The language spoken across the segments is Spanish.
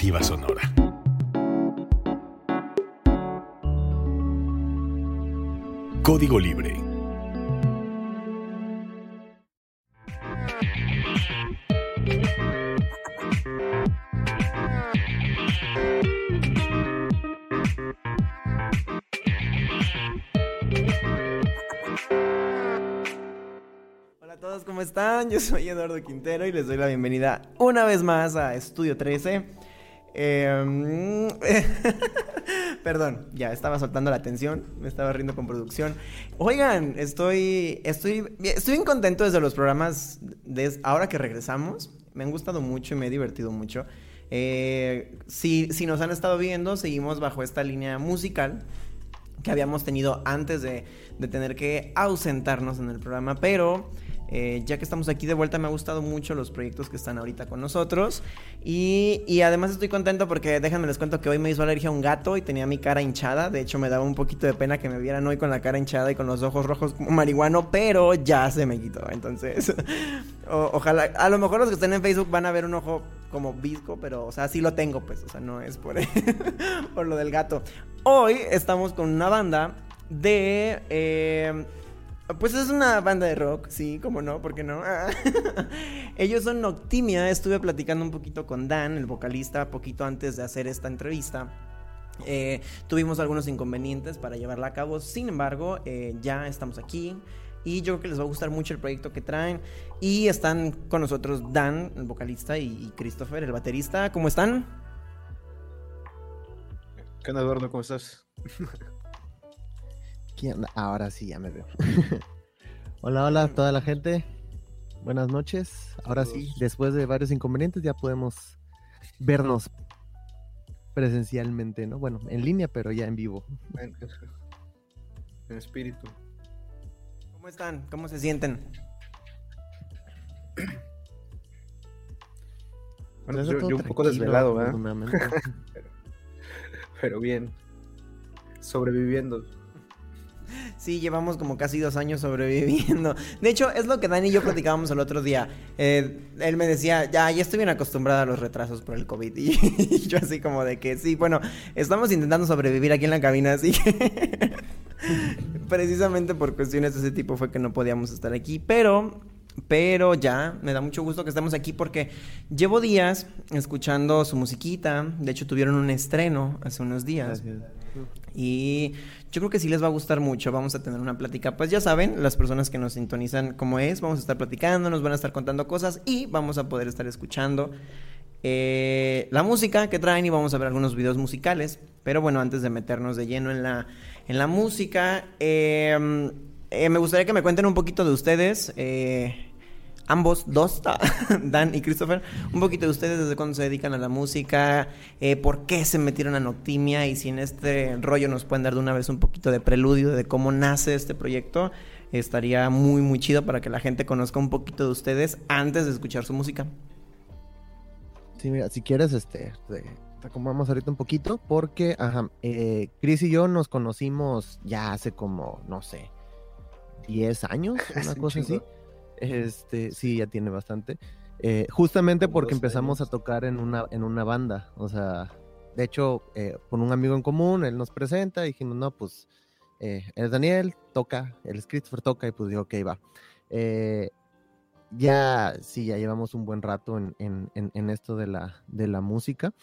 alternativa sonora. Código Libre. Hola a todos, ¿cómo están? Yo soy Eduardo Quintero y les doy la bienvenida una vez más a Estudio 13. Perdón, ya estaba soltando la tensión, me estaba riendo con producción. Oigan, estoy bien contento desde los programas ahora que regresamos. Me han gustado mucho y me he divertido mucho. Si nos han estado viendo, seguimos bajo esta línea musical que habíamos tenido antes de tener que ausentarnos en el programa, pero ya que estamos aquí de vuelta, me ha gustado mucho los proyectos que están ahorita con nosotros y además estoy contento porque déjenme les cuento que hoy me hizo alergia a un gato y tenía mi cara hinchada. De hecho me daba un poquito de pena que me vieran hoy con la cara hinchada y con los ojos rojos como marihuano, pero ya se me quitó. Entonces ojalá, a lo mejor los que estén en Facebook van a ver un ojo como visco, pero o sea, sí lo tengo, pues, o sea, no es por por lo del gato. Hoy estamos con una banda de pues es una banda de rock, sí, cómo no, ¿por qué no? Ellos son Noctimia. Estuve platicando un poquito con Dan, el vocalista, poquito antes de hacer esta entrevista. Tuvimos algunos inconvenientes para llevarla a cabo, sin embargo, ya estamos aquí. Y yo creo que les va a gustar mucho el proyecto que traen. Y están con nosotros Dan, el vocalista, y Christopher, el baterista. ¿Cómo están? ¿Qué onda, Eduardo? ¿Cómo estás? Ahora sí, ya me veo. Hola a toda la gente. Buenas noches. Ahora sí, después de varios inconvenientes ya podemos vernos presencialmente, ¿no? Bueno, en línea, pero ya en vivo. En espíritu. ¿Cómo están? ¿Cómo se sienten? Bueno, yo un poco desvelado, ¿verdad? Pero bien. Sobreviviendo. Sí, llevamos como casi 2 años sobreviviendo. De hecho, es lo que Dani y yo platicábamos el otro día. Él me decía, ya estoy bien acostumbrada a los retrasos por el COVID. Y yo así como de que sí, bueno, estamos intentando sobrevivir aquí en la cabina, así que precisamente por cuestiones de ese tipo fue que no podíamos estar aquí. Pero ya, me da mucho gusto que estemos aquí porque llevo días escuchando su musiquita. De hecho, tuvieron un estreno hace unos días. Gracias. Y yo creo que sí les va a gustar mucho. Vamos a tener una plática, pues ya saben, las personas que nos sintonizan cómo es. Vamos a estar platicando, nos van a estar contando cosas y vamos a poder estar escuchando la música que traen y vamos a ver algunos videos musicales. Pero bueno, antes de meternos de lleno en la música, me gustaría que me cuenten un poquito de ustedes, ambos dos, Dan y Christopher, un poquito de ustedes, desde cuándo se dedican a la música, por qué se metieron a Noctimia, y si en este rollo nos pueden dar de una vez un poquito de preludio de cómo nace este proyecto, estaría muy muy chido para que la gente conozca un poquito de ustedes antes de escuchar su música. Sí, mira, si quieres, te acomodamos ahorita un poquito, porque, Chris y yo nos conocimos ya hace como, no sé, 10 años, una cosa así. Sí, ya tiene bastante. Justamente porque empezamos a tocar en una banda. O sea, de hecho, con un amigo en común, él nos presenta y dijimos, no, pues, el Daniel toca, el Christopher toca, y pues dijo, ok, va. Ya llevamos un buen rato en esto de la música.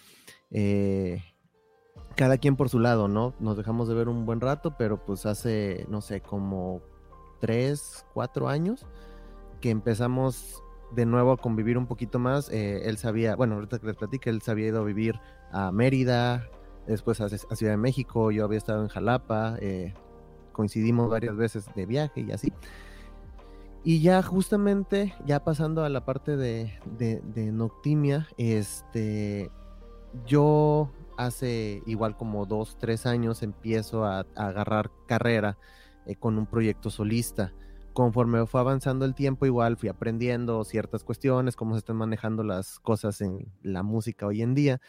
Cada quien por su lado, ¿no? Nos dejamos de ver un buen rato, pero pues hace, no sé, como 3, 4 años que empezamos de nuevo a convivir un poquito más. Él sabía, bueno, ahorita que les platico, él se había ido a vivir a Mérida, después a Ciudad de México, yo había estado en Jalapa, coincidimos varias veces de viaje y así. Y ya justamente, ya pasando a la parte de Noctimia, yo hace igual como 2, 3 años empiezo a agarrar carrera con un proyecto solista. Conforme fue avanzando el tiempo, igual fui aprendiendo ciertas cuestiones, cómo se están manejando las cosas en la música hoy en día.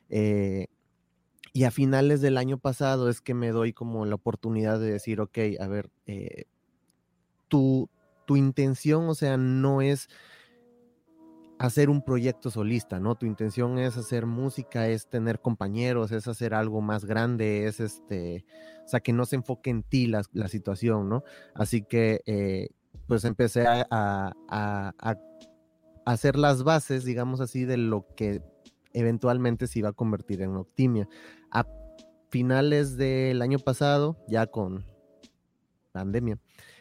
Y a finales del año pasado es que me doy como la oportunidad de decir, ok, a ver, tu intención, o sea, no es hacer un proyecto solista, ¿no? Tu intención es hacer música, es tener compañeros, es hacer algo más grande, es o sea, que no se enfoque en ti la situación, ¿no? Así que, pues empecé a hacer las bases, digamos así, de lo que eventualmente se iba a convertir en Noctimia. A finales del año pasado, ya con pandemia,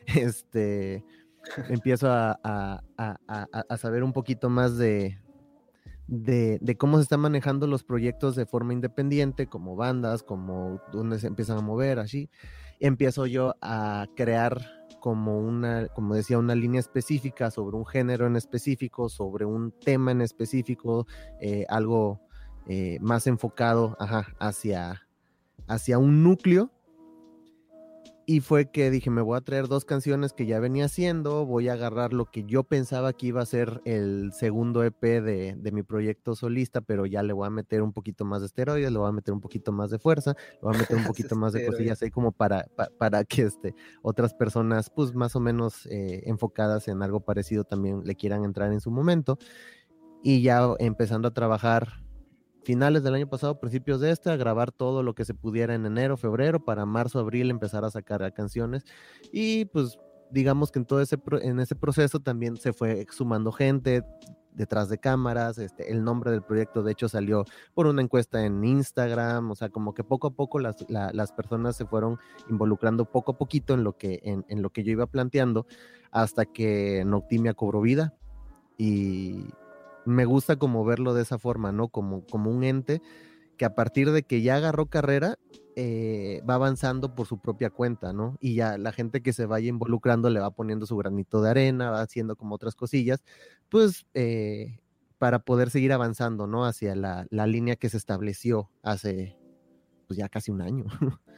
empiezo a saber un poquito más de cómo se están manejando los proyectos de forma independiente, como bandas, como donde se empiezan a mover, así. Empiezo yo a crear como decía, una línea específica sobre un género en específico, sobre un tema en específico, algo más enfocado hacia un núcleo. Y fue que dije, me voy a traer 2 canciones que ya venía haciendo, voy a agarrar lo que yo pensaba que iba a ser el segundo EP de mi proyecto solista, pero ya le voy a meter un poquito más de esteroides, le voy a meter un poquito más de fuerza, le voy a meter un poquito más de cosillas ahí como para que otras personas, pues más o menos enfocadas en algo parecido también le quieran entrar en su momento. Y ya empezando a trabajar finales del año pasado, principios de a grabar todo lo que se pudiera en enero, febrero, para marzo, abril empezar a sacar canciones. Y pues digamos que en ese proceso también se fue sumando gente detrás de cámaras. El nombre del proyecto de hecho salió por una encuesta en Instagram, o sea, como que poco a poco las personas se fueron involucrando poco a poquito en lo que yo iba planteando, hasta que Noctimia cobró vida. Y me gusta como verlo de esa forma, ¿no? Como un ente que a partir de que ya agarró carrera, va avanzando por su propia cuenta, ¿no? Y ya la gente que se vaya involucrando le va poniendo su granito de arena, va haciendo como otras cosillas, pues para poder seguir avanzando, ¿no? Hacia la línea que se estableció hace pues ya casi un año.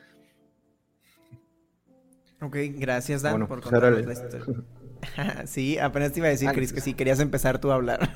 Ok, gracias Dan Bueno, por pues contarnos la historia. Sí, apenas te iba a decir, Chris, que sí, querías empezar tú a hablar.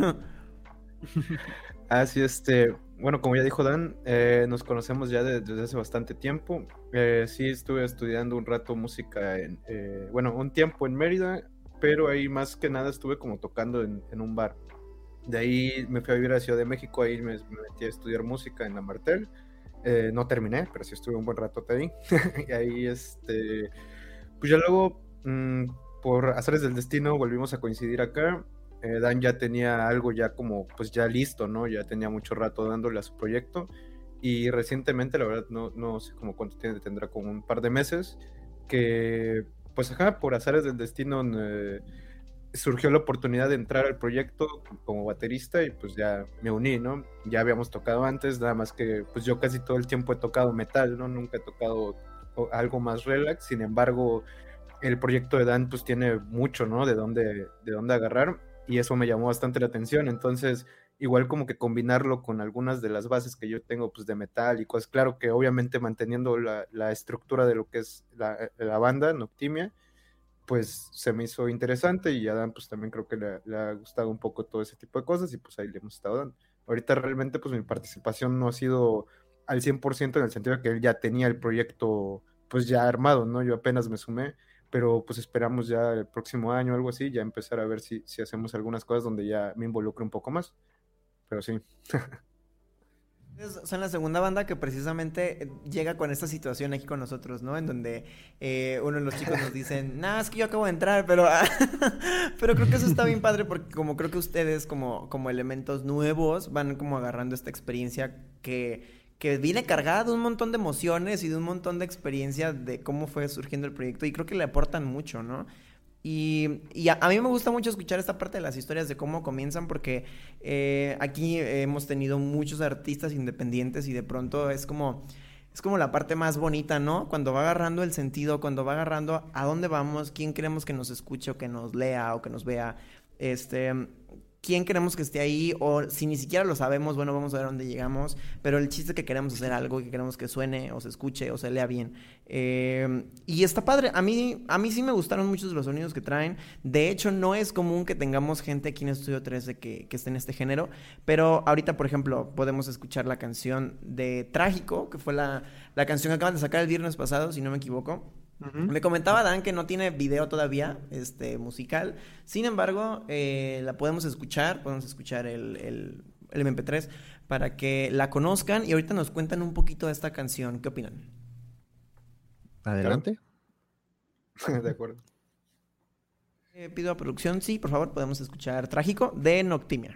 Sí, bueno, como ya dijo Dan, nos conocemos ya desde hace bastante tiempo. Sí, estuve estudiando un rato música, bueno, un tiempo en Mérida, pero ahí más que nada estuve como tocando en un bar. De ahí me fui a vivir a Ciudad de México, ahí me metí a estudiar música en la Martel. No terminé, pero sí estuve un buen rato ahí. Y ahí, pues ya luego, por azares del destino, volvimos a coincidir acá. Dan ya tenía algo ya como, pues ya listo, ¿no? Ya tenía mucho rato dándole a su proyecto. Y recientemente, la verdad, no sé como cuánto tendrá, como un par de meses, que, pues por azares del destino, surgió la oportunidad de entrar al proyecto como baterista y pues ya me uní, ¿no? Ya habíamos tocado antes, nada más que pues yo casi todo el tiempo he tocado metal, ¿no? Nunca he tocado algo más relax. Sin embargo, el proyecto de Dan pues tiene mucho, ¿no? De dónde agarrar, y eso me llamó bastante la atención. Entonces igual como que combinarlo con algunas de las bases que yo tengo pues de metal y cosas, claro que obviamente manteniendo la estructura de lo que es la banda Noctimia, pues se me hizo interesante. Y a Dan pues también creo que le ha gustado un poco todo ese tipo de cosas, y pues ahí le hemos estado dando. Ahorita realmente pues mi participación no ha sido al 100%, en el sentido de que él ya tenía el proyecto pues ya armado, ¿no? Yo apenas me sumé, pero pues esperamos ya el próximo año o algo así, ya empezar a ver si hacemos algunas cosas donde ya me involucre un poco más, pero sí. Son la segunda banda que precisamente llega con esta situación aquí con nosotros, ¿no? En donde uno de los chicos nos dicen, nah, es que yo acabo de entrar, pero pero creo que eso está bien padre, porque como creo que ustedes como elementos nuevos van como agarrando esta experiencia que viene cargada de un montón de emociones y de un montón de experiencia de cómo fue surgiendo el proyecto, y creo que le aportan mucho, ¿no? Y a mí me gusta mucho escuchar esta parte de las historias de cómo comienzan, porque aquí hemos tenido muchos artistas independientes y de pronto es como la parte más bonita, ¿no? Cuando va agarrando el sentido, cuando va agarrando a dónde vamos, quién queremos que nos escuche o que nos lea o que nos vea, quién queremos que esté ahí, o si ni siquiera lo sabemos, bueno, vamos a ver dónde llegamos, pero el chiste es que queremos hacer algo, que queremos que suene o se escuche o se lea bien. Y está padre. A mí sí me gustaron muchos de los sonidos que traen. De hecho, no es común que tengamos gente aquí en Estudio 13 que esté en este género, pero ahorita, por ejemplo, podemos escuchar la canción de Trágico, que fue la canción que acaban de sacar el viernes pasado, si no me equivoco. Me comentaba Dan que no tiene video todavía, musical. Sin embargo, la podemos escuchar el MP3 para que la conozcan y ahorita nos cuentan un poquito de esta canción. ¿Qué opinan? Adelante. De acuerdo. Pido a producción, sí, por favor, podemos escuchar Trágico de Noctimia.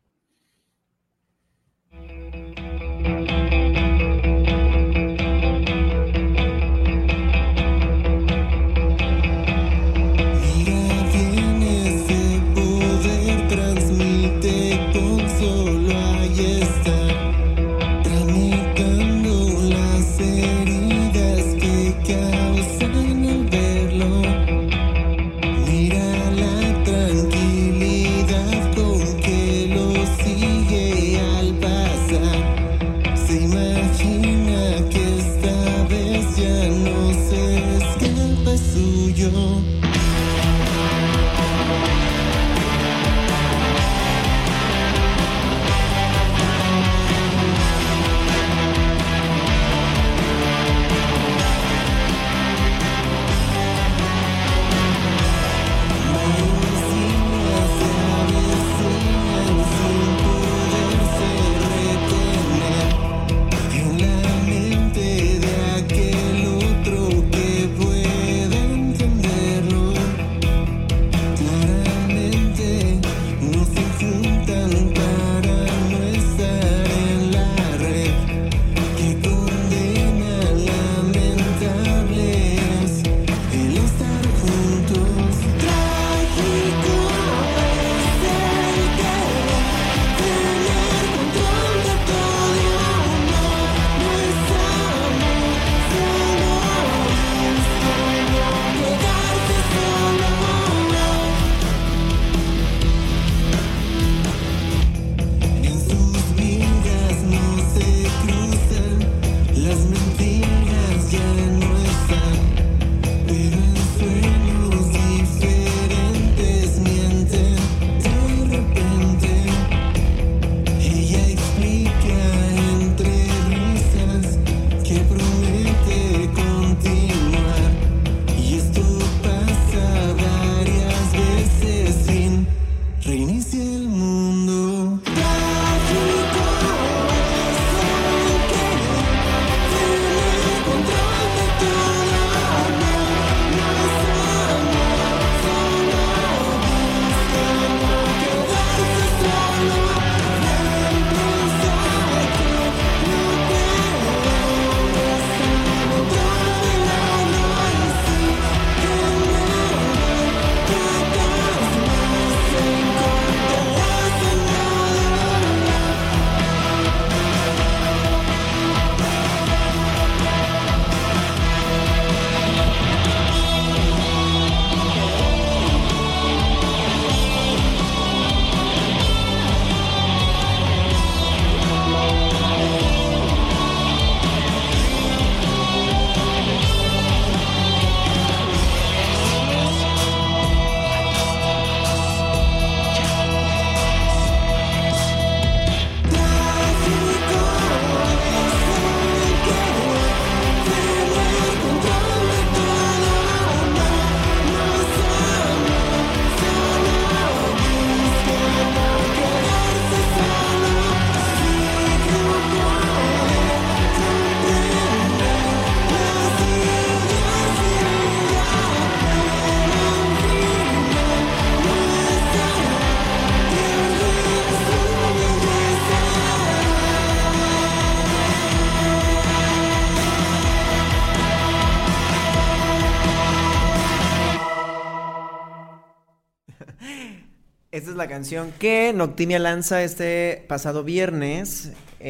Esta es la canción que Noctimia lanza este pasado viernes.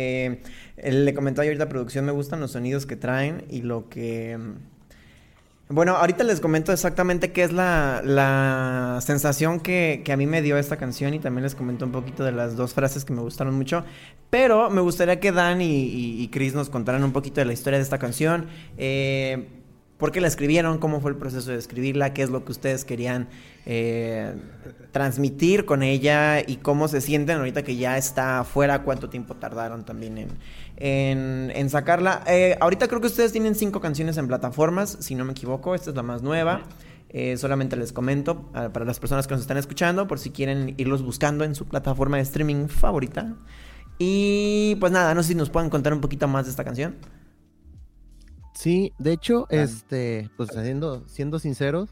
Le comentaba yo ahorita a producción, me gustan los sonidos que traen y lo que... Bueno, ahorita les comento exactamente qué es la sensación que a mí me dio esta canción y también les comento un poquito de las dos frases que me gustaron mucho. Pero me gustaría que Dan y Chris nos contaran un poquito de la historia de esta canción. por qué la escribieron, cómo fue el proceso de escribirla, qué es lo que ustedes querían transmitir con ella y cómo se sienten ahorita que ya está afuera, cuánto tiempo tardaron también en sacarla. Ahorita creo que ustedes tienen 5 canciones en plataformas, si no me equivoco, esta es la más nueva. Solamente les comento para las personas que nos están escuchando, por si quieren irlos buscando en su plataforma de streaming favorita. Y pues nada, no sé si nos pueden contar un poquito más de esta canción. Sí, de hecho, pues siendo sinceros,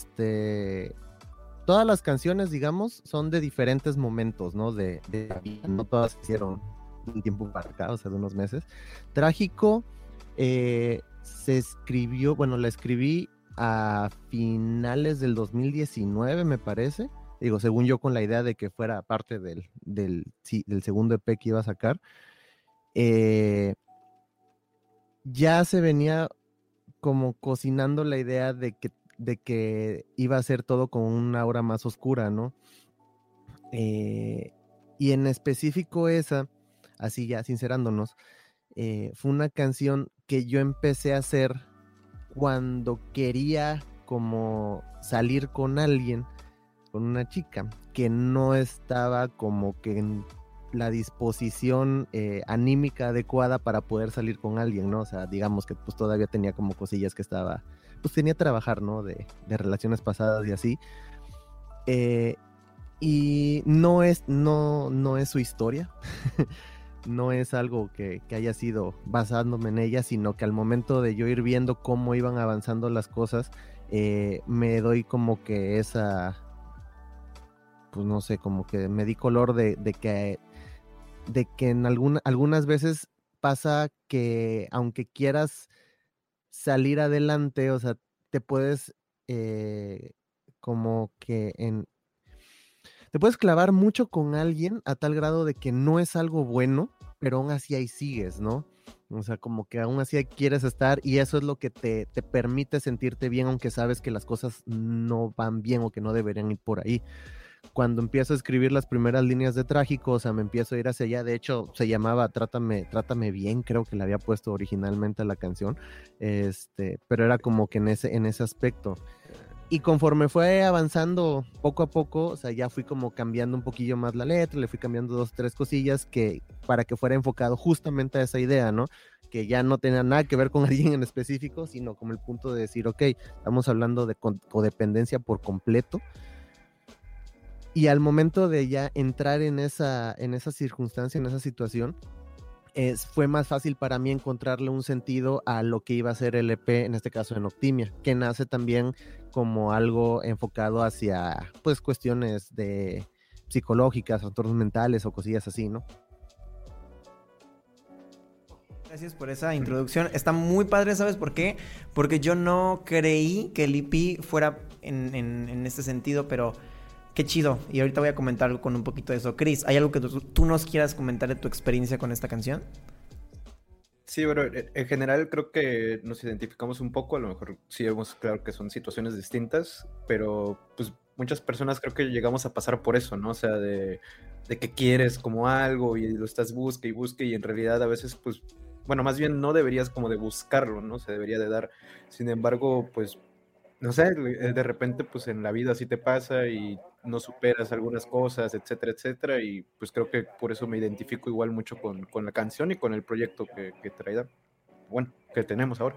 todas las canciones, digamos, son de diferentes momentos, ¿no? No todas se hicieron un tiempo para acá, o sea, de unos meses. Trágico, se escribió, bueno, la escribí a finales del 2019, me parece. Digo, según yo, con la idea de que fuera parte del segundo EP que iba a sacar. Ya se venía como cocinando la idea de que iba a ser todo con una aura más oscura, ¿no? Y en específico esa, así ya sincerándonos, fue una canción que yo empecé a hacer cuando quería como salir con alguien, con una chica, que no estaba como que en la disposición anímica adecuada para poder salir con alguien, ¿no? O sea, digamos que pues todavía tenía como cosillas que pues tenía que trabajar, ¿no? De relaciones pasadas y así. Y no es su historia. No es algo que haya sido basándome en ella, sino que al momento de yo ir viendo cómo iban avanzando las cosas, me doy como que esa, pues no sé, como que me di color de que en algunas veces pasa que aunque quieras salir adelante, o sea, te puedes como que te puedes clavar mucho con alguien a tal grado de que no es algo bueno, pero aún así ahí sigues, ¿no? O sea, como que aún así quieres estar y eso es lo que te permite sentirte bien, aunque sabes que las cosas no van bien o que no deberían ir por ahí. Cuando empiezo a escribir las primeras líneas de Trágico, o sea, me empiezo a ir hacia allá. De hecho, se llamaba Trátame Bien, creo que le había puesto originalmente a la canción, pero era como que en ese aspecto. Y conforme fue avanzando poco a poco, o sea, ya fui como cambiando un poquillo más la letra, le fui cambiando 2 o 3 cosillas para que fuera enfocado justamente a esa idea, ¿no? Que ya no tenía nada que ver con alguien en específico, sino como el punto de decir, ok, estamos hablando de codependencia por completo. Y al momento de ya entrar en esa circunstancia, en esa situación, fue más fácil para mí encontrarle un sentido a lo que iba a ser el EP, en este caso en Octimia, que nace también como algo enfocado hacia pues cuestiones de psicológicas, trastornos mentales o cosillas así, ¿no? Gracias por esa introducción. Está muy padre, ¿sabes por qué? Porque yo no creí que el EP fuera en este sentido, pero qué chido. Y ahorita voy a comentar algo con un poquito de eso. Chris, ¿hay algo que tú nos quieras comentar de tu experiencia con esta canción? Sí, pero en general creo que nos identificamos un poco, a lo mejor sí vemos claro que son situaciones distintas, pero pues muchas personas creo que llegamos a pasar por eso, ¿no? O sea, de que quieres como algo y lo estás busque y en realidad a veces pues, bueno, más bien no deberías como de buscarlo, ¿no? Se debería de dar. Sin embargo, pues, no sé, de repente pues en la vida así te pasa y no superas algunas cosas, etcétera, etcétera, y pues creo que por eso me identifico igual mucho con la canción y con el proyecto que trae, bueno, que tenemos ahora.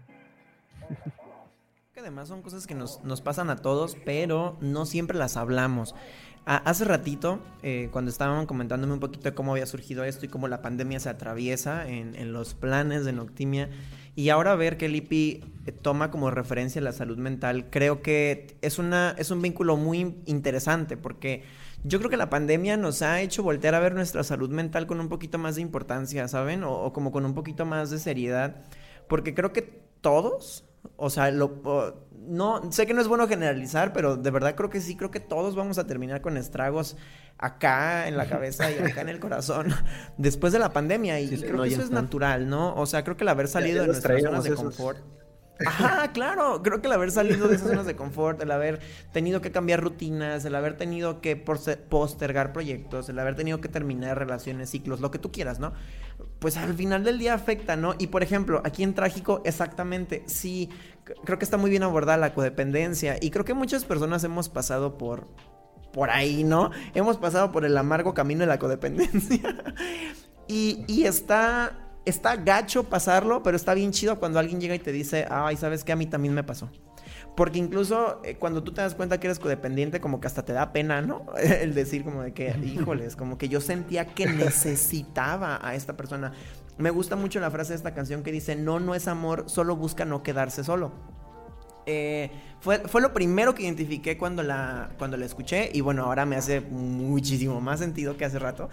Que además son cosas que nos pasan a todos, pero no siempre las hablamos. Hace ratito, cuando estaban comentándome un poquito de cómo había surgido esto y cómo la pandemia se atraviesa en los planes de Noctimia, y ahora ver que el EP toma como referencia la salud mental, creo que es un vínculo muy interesante, porque yo creo que la pandemia nos ha hecho voltear a ver nuestra salud mental con un poquito más de importancia, ¿saben? O como con un poquito más de seriedad, porque creo que todos... O sea, no sé que no es bueno generalizar, pero de verdad creo que todos vamos a terminar con estragos acá en la cabeza y acá en el corazón después de la pandemia. Y sí, creo que eso es natural, ¿no? O sea, creo que el haber salido de nuestras zonas de confort. Ajá, claro, creo que el haber salido de esas zonas de confort, el haber tenido que cambiar rutinas, el haber tenido que postergar proyectos, el haber tenido que terminar relaciones, ciclos, lo que tú quieras, ¿no? Pues al final del día afecta, ¿no? Y por ejemplo, aquí en Trágico, exactamente, sí, creo que está muy bien abordada la codependencia y creo que muchas personas hemos pasado por ahí, ¿no? Hemos pasado por el amargo camino de la codependencia. Y está gacho pasarlo, pero está bien chido cuando alguien llega y te dice, ay, ¿sabes qué? A mí también me pasó. Porque incluso cuando tú te das cuenta que eres codependiente, como que hasta te da pena, ¿no? El decir como de que, híjoles, como que yo sentía que necesitaba a esta persona. Me gusta mucho la frase de esta canción que dice, no, no es amor, solo busca no quedarse solo. Fue lo primero que identifiqué cuando la escuché y bueno, ahora me hace muchísimo más sentido que hace rato.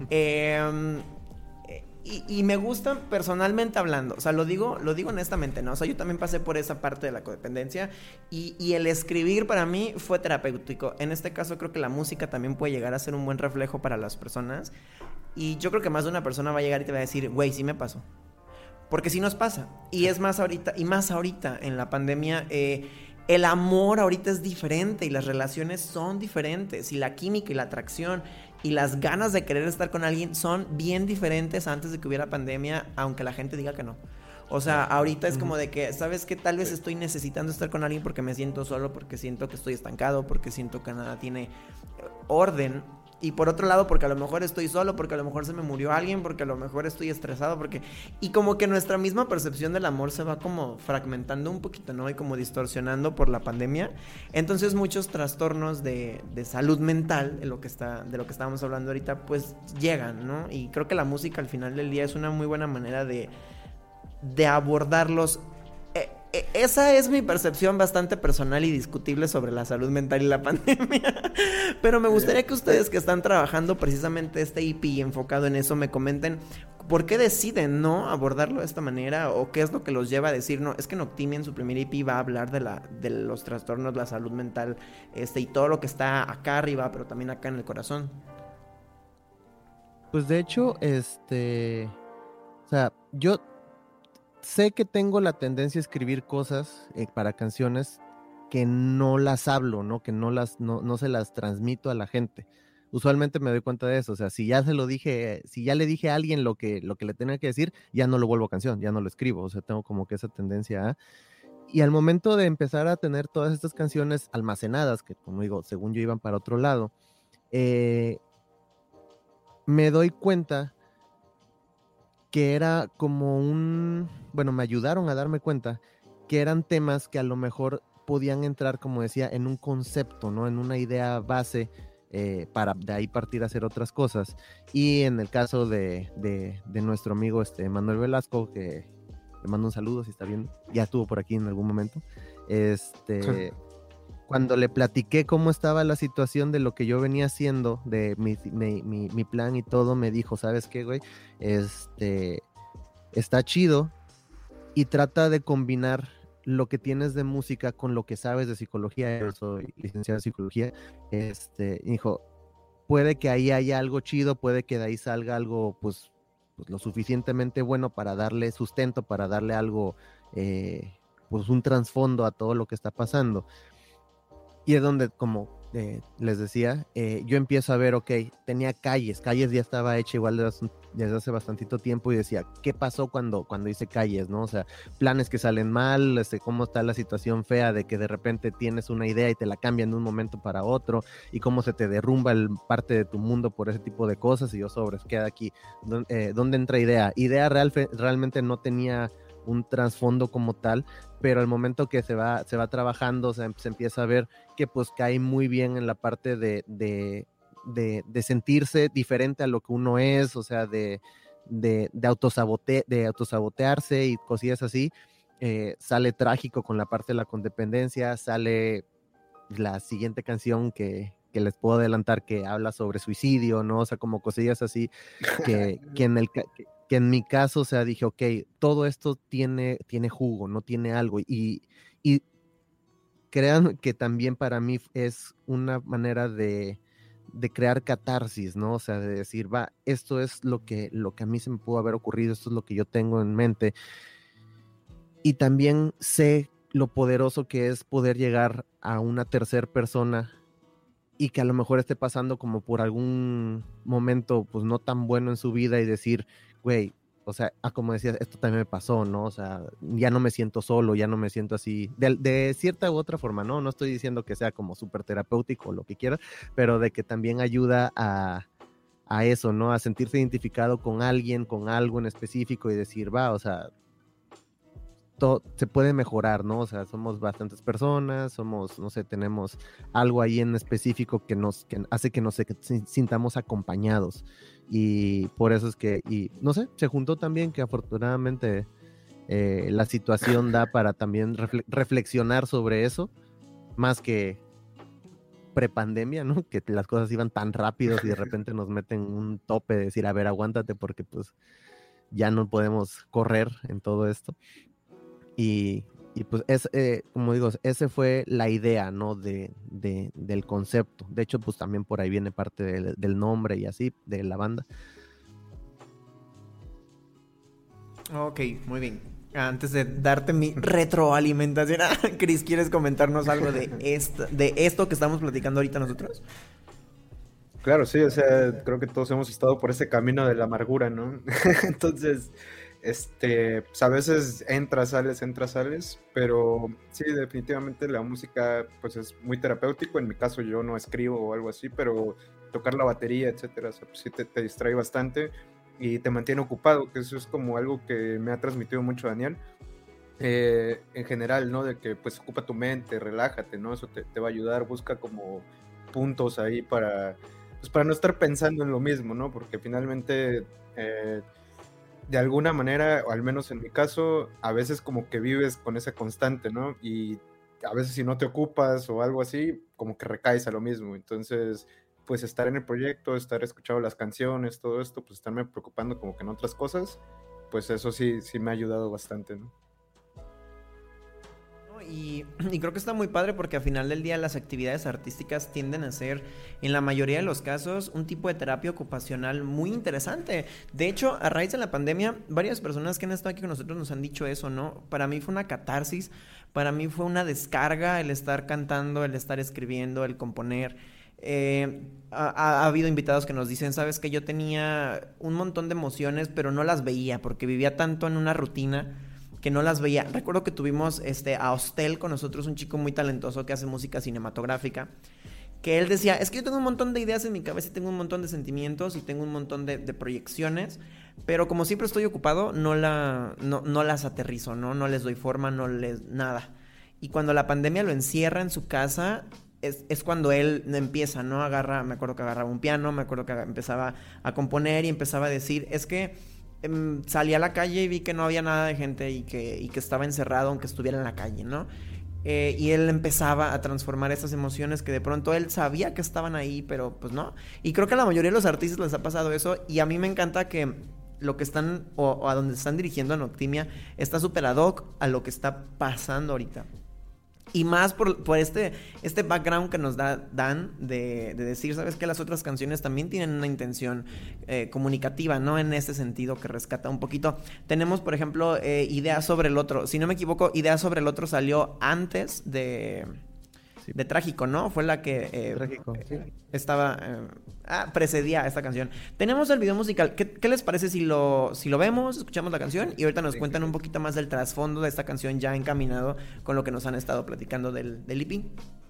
Y me gusta personalmente hablando, o sea, lo digo honestamente, ¿no? O sea, yo también pasé por esa parte de la codependencia y el escribir para mí fue terapéutico. En este caso creo que la música también puede llegar a ser un buen reflejo para las personas y yo creo que más de una persona va a llegar y te va a decir, güey, sí me pasó. Porque sí nos pasa. Y es más ahorita, en la pandemia, el amor ahorita es diferente y las relaciones son diferentes y la química y la atracción y las ganas de querer estar con alguien son bien diferentes antes de que hubiera pandemia, aunque la gente diga que no. O sea, ahorita es como de que, ¿sabes qué? Tal vez estoy necesitando estar con alguien porque me siento solo, porque siento que estoy estancado, porque siento que nada tiene orden. Y por otro lado, porque a lo mejor estoy solo, porque a lo mejor se me murió alguien, porque a lo mejor estoy estresado, porque... Y como que nuestra misma percepción del amor se va como fragmentando un poquito, ¿no? Y como distorsionando por la pandemia. Entonces muchos trastornos de salud mental, de lo que estábamos hablando ahorita, pues llegan, ¿no? Y creo que la música al final del día es una muy buena manera de abordarlos. Esa es mi percepción bastante personal y discutible sobre la salud mental y la pandemia. Pero me gustaría que ustedes que están trabajando precisamente este EP y enfocado en eso me comenten por qué deciden no abordarlo de esta manera o qué es lo que los lleva a decir, no, es que Noctimi en su primer EP va a hablar de los trastornos, la salud mental y todo lo que está acá arriba, pero también acá en el corazón. Pues de hecho, o sea, yo sé que tengo la tendencia a escribir cosas para canciones que no las hablo, ¿no? Que no se las transmito a la gente. Usualmente me doy cuenta de eso, o sea, si ya le dije a alguien lo que le tenía que decir, ya no lo vuelvo canción, ya no lo escribo, o sea, tengo como que esa tendencia a... Y al momento de empezar a tener todas estas canciones almacenadas, que como digo, según yo iban para otro lado, me doy cuenta que era como bueno, me ayudaron a darme cuenta que eran temas que a lo mejor podían entrar, como decía, en un concepto, ¿no? En una idea base para de ahí partir a hacer otras cosas. Y en el caso de nuestro amigo Manuel Velasco, que le mando un saludo si está viendo, ya estuvo por aquí en algún momento, cuando le platiqué cómo estaba la situación de lo que yo venía haciendo, de mi plan y todo, me dijo, ¿sabes qué, güey? Está chido y trata de combinar lo que tienes de música con lo que sabes de psicología. Yo soy licenciado en psicología. Dijo, puede que ahí haya algo chido, puede que de ahí salga algo, pues lo suficientemente bueno para darle sustento, para darle algo, pues un trasfondo a todo lo que está pasando. Y es donde, como les decía, yo empiezo a ver, ok, tenía Calles ya estaba hecha igual desde hace bastantito tiempo y decía, ¿qué pasó cuando hice Calles, no? O sea, planes que salen mal, cómo está la situación fea de que de repente tienes una idea y te la cambian de un momento para otro y cómo se te derrumba parte de tu mundo por ese tipo de cosas y yo queda aquí, ¿dónde entra idea? Idea realmente no tenía un trasfondo como tal, pero al momento que se va trabajando, se empieza a ver que pues cae muy bien en la parte de sentirse diferente a lo que uno es, o sea, de autosabotearse y cosillas así. Sale Trágico con la parte de la codependencia, sale la siguiente canción que les puedo adelantar que habla sobre suicidio, ¿no? O sea, como cosillas así que en mi caso, o sea, dije, ok, todo esto tiene jugo, no tiene algo. Y crean que también para mí es una manera de crear catarsis, ¿no? O sea, de decir, esto es lo que a mí se me pudo haber ocurrido, esto es lo que yo tengo en mente. Y también sé lo poderoso que es poder llegar a una tercera persona y que a lo mejor esté pasando como por algún momento pues no tan bueno en su vida y decir, güey, o sea, como decías, esto también me pasó, ¿no? O sea, ya no me siento solo, ya no me siento así, de cierta u otra forma, ¿no? No estoy diciendo que sea como súper terapéutico o lo que quieras, pero de que también ayuda a eso, ¿no? A sentirse identificado con alguien, con algo en específico y decir, va, o sea, todo se puede mejorar, ¿no? O sea, somos bastantes personas, somos, no sé, tenemos algo ahí en específico que hace que nos sintamos acompañados. Y por eso es que, y no sé, se juntó también que afortunadamente la situación da para también reflexionar sobre eso, más que prepandemia, ¿no? Que las cosas iban tan rápidos y de repente nos meten un tope de decir, a ver, aguántate porque pues ya no podemos correr en todo esto. Y pues como digo, esa fue la idea, ¿no? Del concepto. De hecho, pues también por ahí viene parte del nombre y así, de la banda. Ok, muy bien. Antes de darte mi retroalimentación, Chris, ¿quieres comentarnos algo de esto que estamos platicando ahorita nosotros? Claro, sí, o sea, creo que todos hemos estado por ese camino de la amargura, ¿no? Entonces, pues a veces entras, sales, pero sí, definitivamente la música, pues es muy terapéutico. En mi caso, yo no escribo o algo así, pero tocar la batería, etcétera, o sea, pues sí te distrae bastante y te mantiene ocupado, que eso es como algo que me ha transmitido mucho Daniel. En general, ¿no? De que pues ocupa tu mente, relájate, ¿no? Eso te va a ayudar, busca como puntos ahí para no estar pensando en lo mismo, ¿no? Porque finalmente, de alguna manera, o al menos en mi caso, a veces como que vives con esa constante, ¿no? Y a veces si no te ocupas o algo así, como que recaes a lo mismo. Entonces, pues estar en el proyecto, estar escuchando las canciones, todo esto, pues estarme preocupando como que en otras cosas, pues eso sí me ha ayudado bastante, ¿no? Y creo que está muy padre porque al final del día las actividades artísticas tienden a ser, en la mayoría de los casos, un tipo de terapia ocupacional muy interesante. De hecho, a raíz de la pandemia, varias personas que han estado aquí con nosotros nos han dicho eso, ¿no? Para mí fue una catarsis, para mí fue una descarga el estar cantando, el estar escribiendo, el componer. Ha habido invitados que nos dicen, sabes que yo tenía un montón de emociones, pero no las veía porque vivía tanto en una rutina que no las veía. Recuerdo que tuvimos a Hostel con nosotros, un chico muy talentoso que hace música cinematográfica, que él decía, es que yo tengo un montón de ideas en mi cabeza y tengo un montón de sentimientos y tengo un montón de proyecciones, pero como siempre estoy ocupado, no las aterrizo, no les doy forma, nada. Y cuando la pandemia lo encierra en su casa, es cuando él empieza, ¿no? Me acuerdo que agarraba un piano, me acuerdo que empezaba a componer y empezaba a decir, es que salí a la calle y vi que no había nada de gente y que estaba encerrado aunque estuviera en la calle, ¿no? Y él empezaba a transformar esas emociones que de pronto él sabía que estaban ahí, pero pues no. Y creo que a la mayoría de los artistas les ha pasado eso y a mí me encanta que lo que están o a donde están dirigiendo a Noctimia está súper ad hoc a lo que está pasando ahorita. Y más por este background que nos dan de decir, ¿sabes qué? Las otras canciones también tienen una intención comunicativa, ¿no? En ese sentido que rescata un poquito. Tenemos, por ejemplo, Idea sobre el Otro. Si no me equivoco, Idea sobre el Otro salió antes de Trágico, ¿no? Fue la que Trágico, sí. precedía a esta canción. Tenemos el video musical. ¿Qué les parece si lo vemos, escuchamos la canción y ahorita nos cuentan un poquito más del trasfondo de esta canción ya encaminado con lo que nos han estado platicando del EP?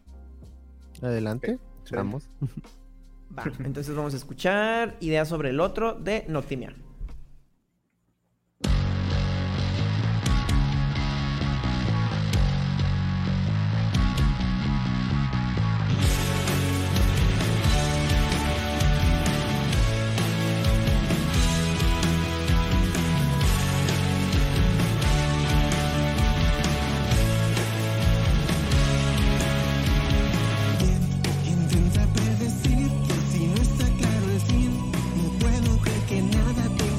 Adelante, sí. Vamos. Va, entonces vamos a escuchar Idea sobre el Otro de Noctimia. Intenta predecir que si no está claro el fin, no puedo creer que nada te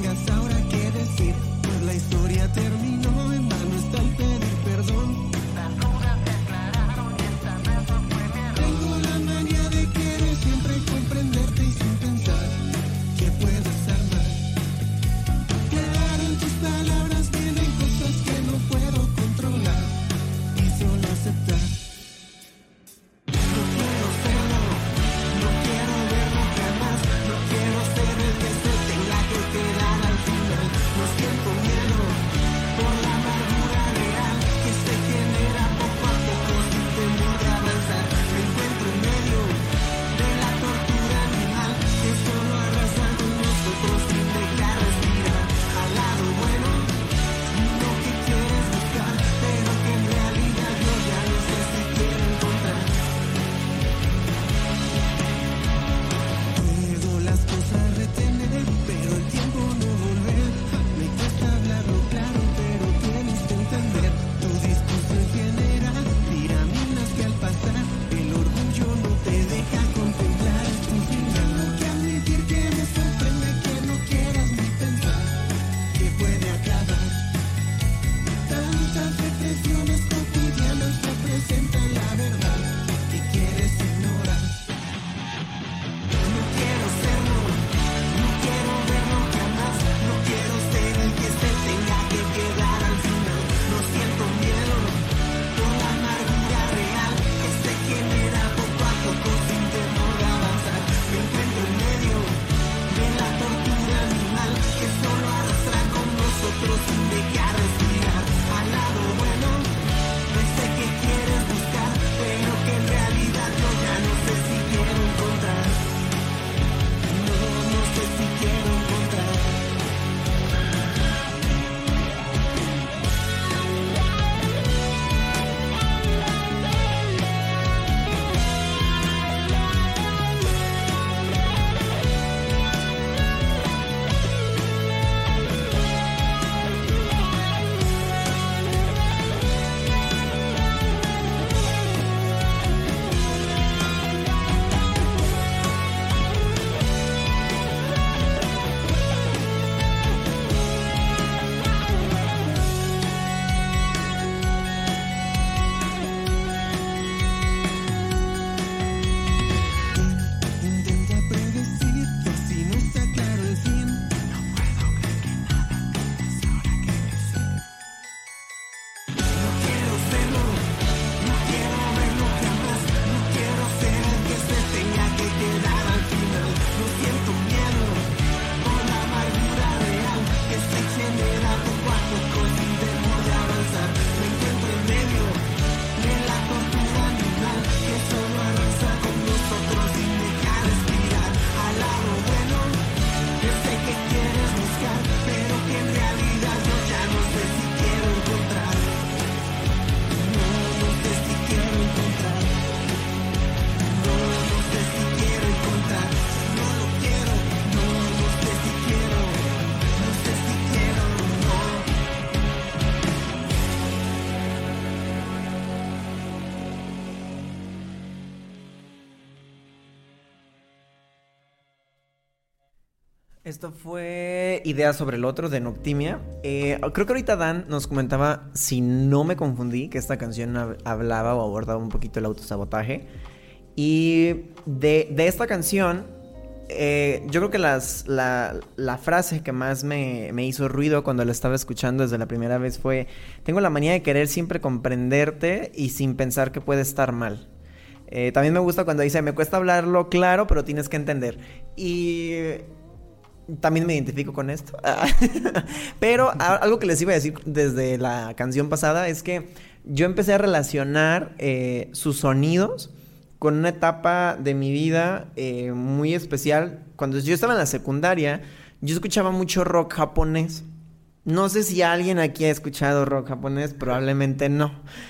Esto fue Ideas sobre el Otro de Noctimia. Creo que ahorita Dan nos comentaba, si no me confundí, que esta canción hablaba o abordaba un poquito el autosabotaje. Y de esta canción, yo creo que la frase que más me hizo ruido cuando la estaba escuchando desde la primera vez fue: tengo la manía de querer siempre comprenderte y sin pensar que puede estar mal. También me gusta cuando dice: me cuesta hablarlo claro, pero tienes que entender. Y también me identifico con esto. Pero algo que les iba a decir desde la canción pasada es que yo empecé a relacionar sus sonidos con una etapa de mi vida muy especial. Cuando yo estaba en la secundaria, yo escuchaba mucho rock japonés. No sé si alguien aquí ha escuchado rock japonés, probablemente no.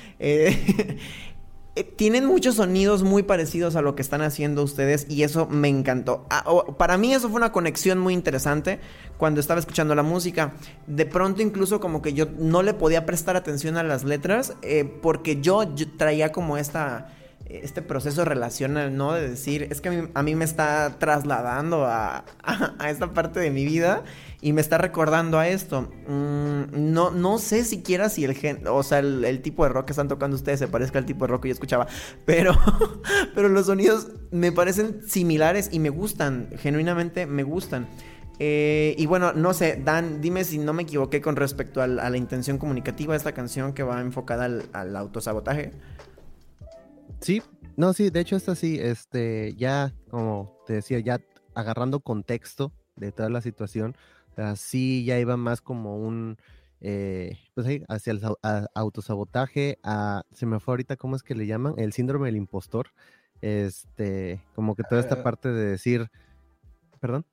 Tienen muchos sonidos muy parecidos a lo que están haciendo ustedes y eso me encantó. Para mí eso fue una conexión muy interesante cuando estaba escuchando la música. De pronto incluso como que yo no le podía prestar atención a las letras porque yo traía como este proceso relacional, ¿no? De decir, es que a mí me está trasladando a esta parte de mi vida y me está recordando a esto. No sé siquiera si el tipo de rock que están tocando ustedes se parezca al tipo de rock que yo escuchaba, pero los sonidos me parecen similares y me gustan, genuinamente me gustan. Y bueno, no sé, Dan, dime si no me equivoqué con respecto a la intención comunicativa de esta canción que va enfocada al autosabotaje. Sí, no, sí, de hecho esta sí, ya, como te decía, ya agarrando contexto de toda la situación, o sea, sí ya iba más como pues ahí, hacia el autosabotaje, se me fue ahorita, ¿cómo es que le llaman? El síndrome del impostor, como que toda esta parte de decir, ¿perdón?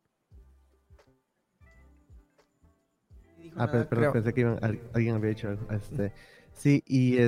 Perdón, pensé que alguien había dicho algo, sí,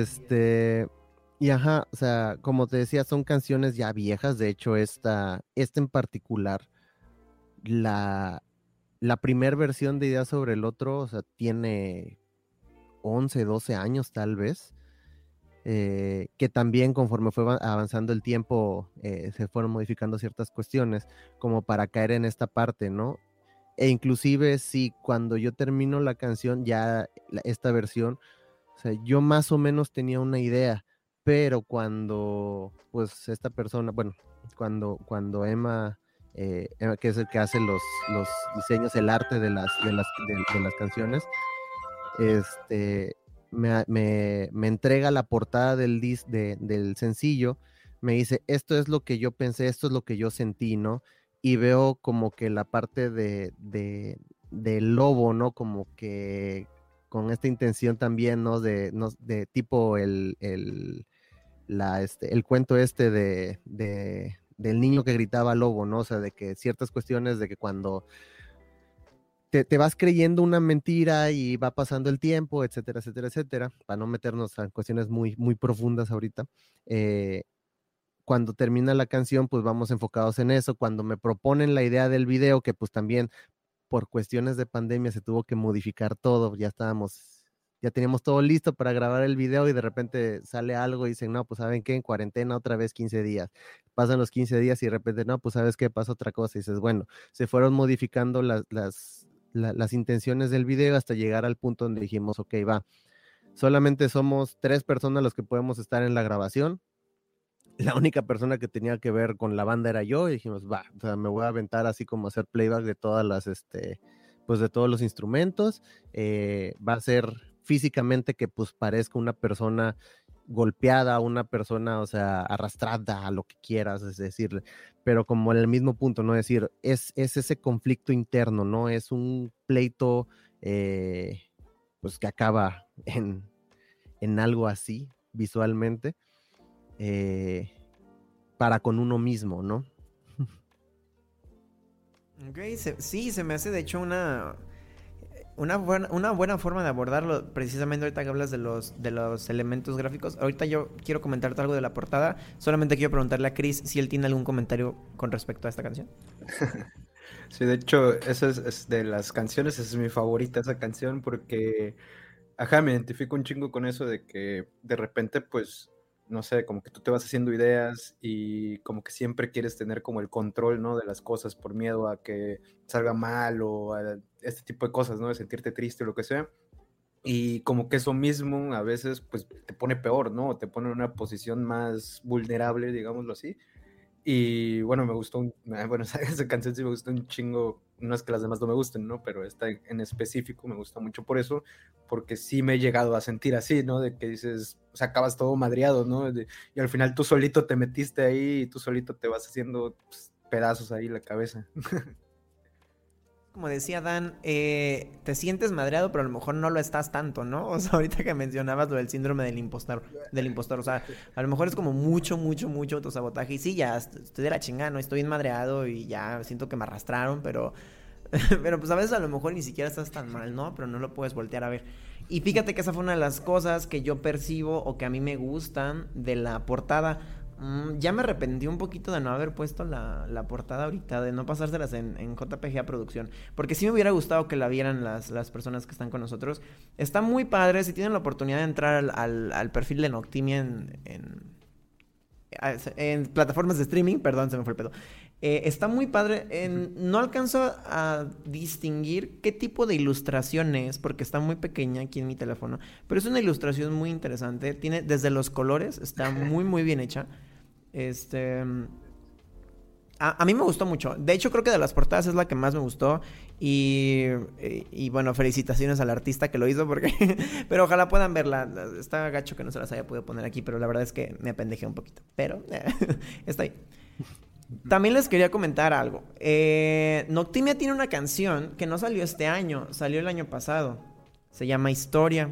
y ajá, o sea, como te decía, son canciones ya viejas. De hecho, esta en particular, la primer versión de Ideas sobre el Otro, o sea, tiene 11, 12 años tal vez, que también conforme fue avanzando el tiempo, se fueron modificando ciertas cuestiones, como para caer en esta parte, ¿no? E inclusive, sí, cuando yo termino la canción, ya esta versión, o sea, yo más o menos tenía una idea, pero cuando, pues, esta persona, bueno, cuando Emma, que es el que hace los diseños, el arte de las canciones, me entrega la portada del sencillo, me dice, esto es lo que yo pensé, esto es lo que yo sentí, ¿no? Y veo como que la parte del lobo, ¿no? Como que con esta intención también, ¿no? De tipo el cuento del niño que gritaba lobo, ¿no? O sea, de que ciertas cuestiones de que cuando te vas creyendo una mentira y va pasando el tiempo, etcétera, etcétera, etcétera, para no meternos a cuestiones muy, muy profundas ahorita, cuando termina la canción, pues vamos enfocados en eso. Cuando me proponen la idea del video, que pues también por cuestiones de pandemia se tuvo que modificar todo, ya teníamos todo listo para grabar el video y de repente sale algo y dicen, no, pues ¿saben qué? En cuarentena otra vez 15 días. Pasan los 15 días y de repente, no, pues ¿sabes qué? Pasa otra cosa. Y dices, bueno, se fueron modificando las intenciones del video hasta llegar al punto donde dijimos, ok, va, solamente somos 3 personas los que podemos estar en la grabación. La única persona que tenía que ver con la banda era yo y dijimos, va, o sea, me voy a aventar así como hacer playback de todas pues de todos los instrumentos. Va a ser físicamente que pues parezca una persona golpeada, una persona, o sea, arrastrada a lo que quieras, es decir, pero como en el mismo punto, ¿no? Es decir, es ese conflicto interno, ¿no? Es un pleito, pues que acaba en algo así, visualmente, para con uno mismo, ¿no? Ok, sí, se me hace de hecho una buena forma de abordarlo, precisamente ahorita que hablas de los elementos gráficos. Ahorita yo quiero comentarte algo de la portada. Solamente quiero preguntarle a Chris si él tiene algún comentario con respecto a esta canción. Sí, de hecho, esa es de las canciones, esa es mi favorita, esa canción, porque, ajá, me identifico un chingo con eso de que de repente, pues, no sé, como que tú te vas haciendo ideas y como que siempre quieres tener como el control, ¿no? De las cosas por miedo a que salga mal o a este tipo de cosas, ¿no? De sentirte triste o lo que sea. Y como que eso mismo a veces pues te pone peor, ¿no? Te pone en una posición más vulnerable, digámoslo así. Y bueno, me gustó, bueno, esa canción sí me gustó un chingo, no es que las demás no me gusten, ¿no? Pero esta en específico me gusta mucho por eso, porque sí me he llegado a sentir así, ¿no? De que dices, o sea, acabas todo madreado, ¿no? Y al final tú solito te metiste ahí y tú solito te vas haciendo pues, pedazos ahí la cabeza. Como decía Dan, te sientes madreado, pero a lo mejor no lo estás tanto, ¿no? O sea, ahorita que mencionabas lo del síndrome del impostor, o sea, a lo mejor es como mucho autosabotaje. Y sí, ya estoy de la chingada, ¿no? Estoy bien madreado y ya siento que me arrastraron, pero pero pues a veces a lo mejor ni siquiera estás tan mal, ¿no? Pero no lo puedes voltear a ver. Y fíjate que esa fue una de las cosas que yo percibo o que a mí me gustan de la portada. Ya me arrepentí un poquito de no haber puesto la portada ahorita, de no pasárselas en JPG Producción, porque sí me hubiera gustado que la vieran las personas que están con nosotros. Está muy padre, si tienen la oportunidad de entrar al perfil de Noctimia en plataformas de streaming, perdón, se me fue el pedo. Está muy padre. No alcanzo a distinguir qué tipo de ilustración es, porque está muy pequeña aquí en mi teléfono. Pero es una ilustración muy interesante. Tiene desde los colores, está muy bien hecha. A mí me gustó mucho. De hecho, creo que de las portadas es la que más me gustó. Y bueno, felicitaciones al artista que lo hizo, porque pero ojalá puedan verla. Está gacho que no se las haya podido poner aquí, pero la verdad es que me apendejé un poquito. Pero está ahí. También les quería comentar algo. Noctimia tiene una canción que no salió este año, salió el año pasado. Se llama Historia.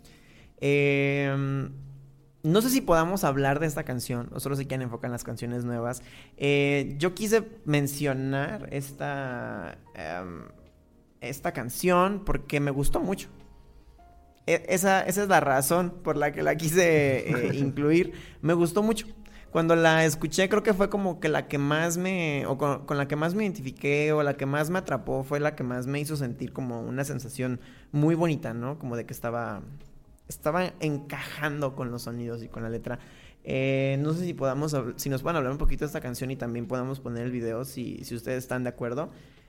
No sé si podamos hablar de esta canción, o solo se quieren enfocar en las canciones nuevas. Yo quise mencionar esta canción porque me gustó mucho. Esa es la razón por la que la quise incluir. Me gustó mucho. Cuando la escuché, creo que fue como que la que más con la que más me identifiqué, o la que más me atrapó, fue la que más me hizo sentir como una sensación muy bonita, ¿no? Como de que estaba encajando con los sonidos y con la letra. No sé si nos pueden hablar un poquito de esta canción y también podamos poner el video si ustedes están de acuerdo.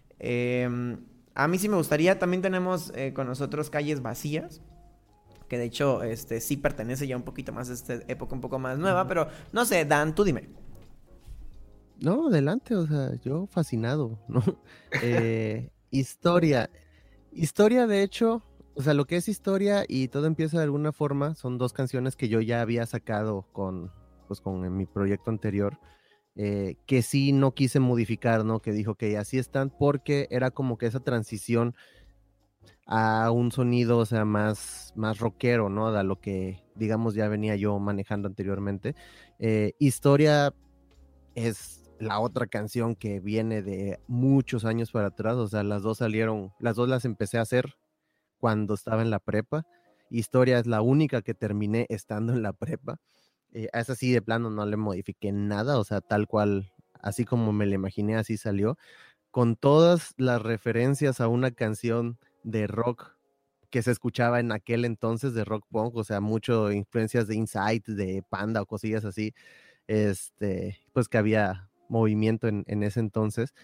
A mí sí me gustaría. También tenemos con nosotros Calles Vacías, que de hecho sí pertenece ya un poquito más a esta época un poco más nueva, pero no sé, Dan, tú dime. No, adelante, o sea, yo fascinado, ¿no? Historia, de hecho, o sea, lo que es Historia y Todo empieza de alguna forma, son dos canciones que yo ya había sacado con en mi proyecto anterior, que sí no quise modificar, ¿no? Que dijo que así están, porque era como que esa transición a un sonido, o sea, más rockero, ¿no? A lo que, digamos, ya venía yo manejando anteriormente. Historia es la otra canción que viene de muchos años para atrás, o sea, las dos las empecé a hacer cuando estaba en la prepa. Historia es la única que terminé estando en la prepa. A esa sí de plano no le modifiqué nada, o sea, tal cual, así como me la imaginé, así salió, con todas las referencias a una canción de rock que se escuchaba en aquel entonces, de rock punk, o sea, mucho influencias de Inside, de Panda o cosillas así, pues que había movimiento en ese entonces,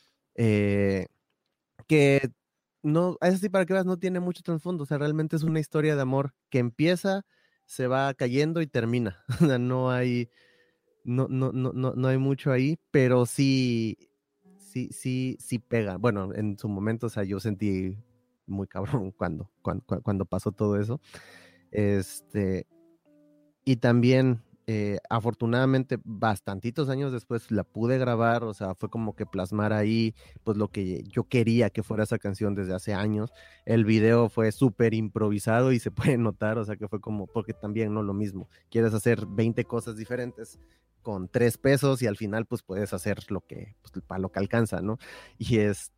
que no, eso sí, para que veas, no tiene mucho trasfondo, o sea, realmente es una historia de amor que empieza, se va cayendo y termina, o sea, no hay mucho ahí, pero sí pega. Bueno, en su momento, o sea, yo sentí muy cabrón cuando pasó todo eso. Y también, afortunadamente, bastantitos años después la pude grabar, o sea, fue como que plasmar ahí, pues lo que yo quería que fuera esa canción desde hace años. El video fue súper improvisado y se puede notar, o sea, que fue como, porque también no lo mismo, quieres hacer 20 cosas diferentes con 3 pesos y al final pues puedes hacer lo que, pues, para lo que alcanza, ¿no? Y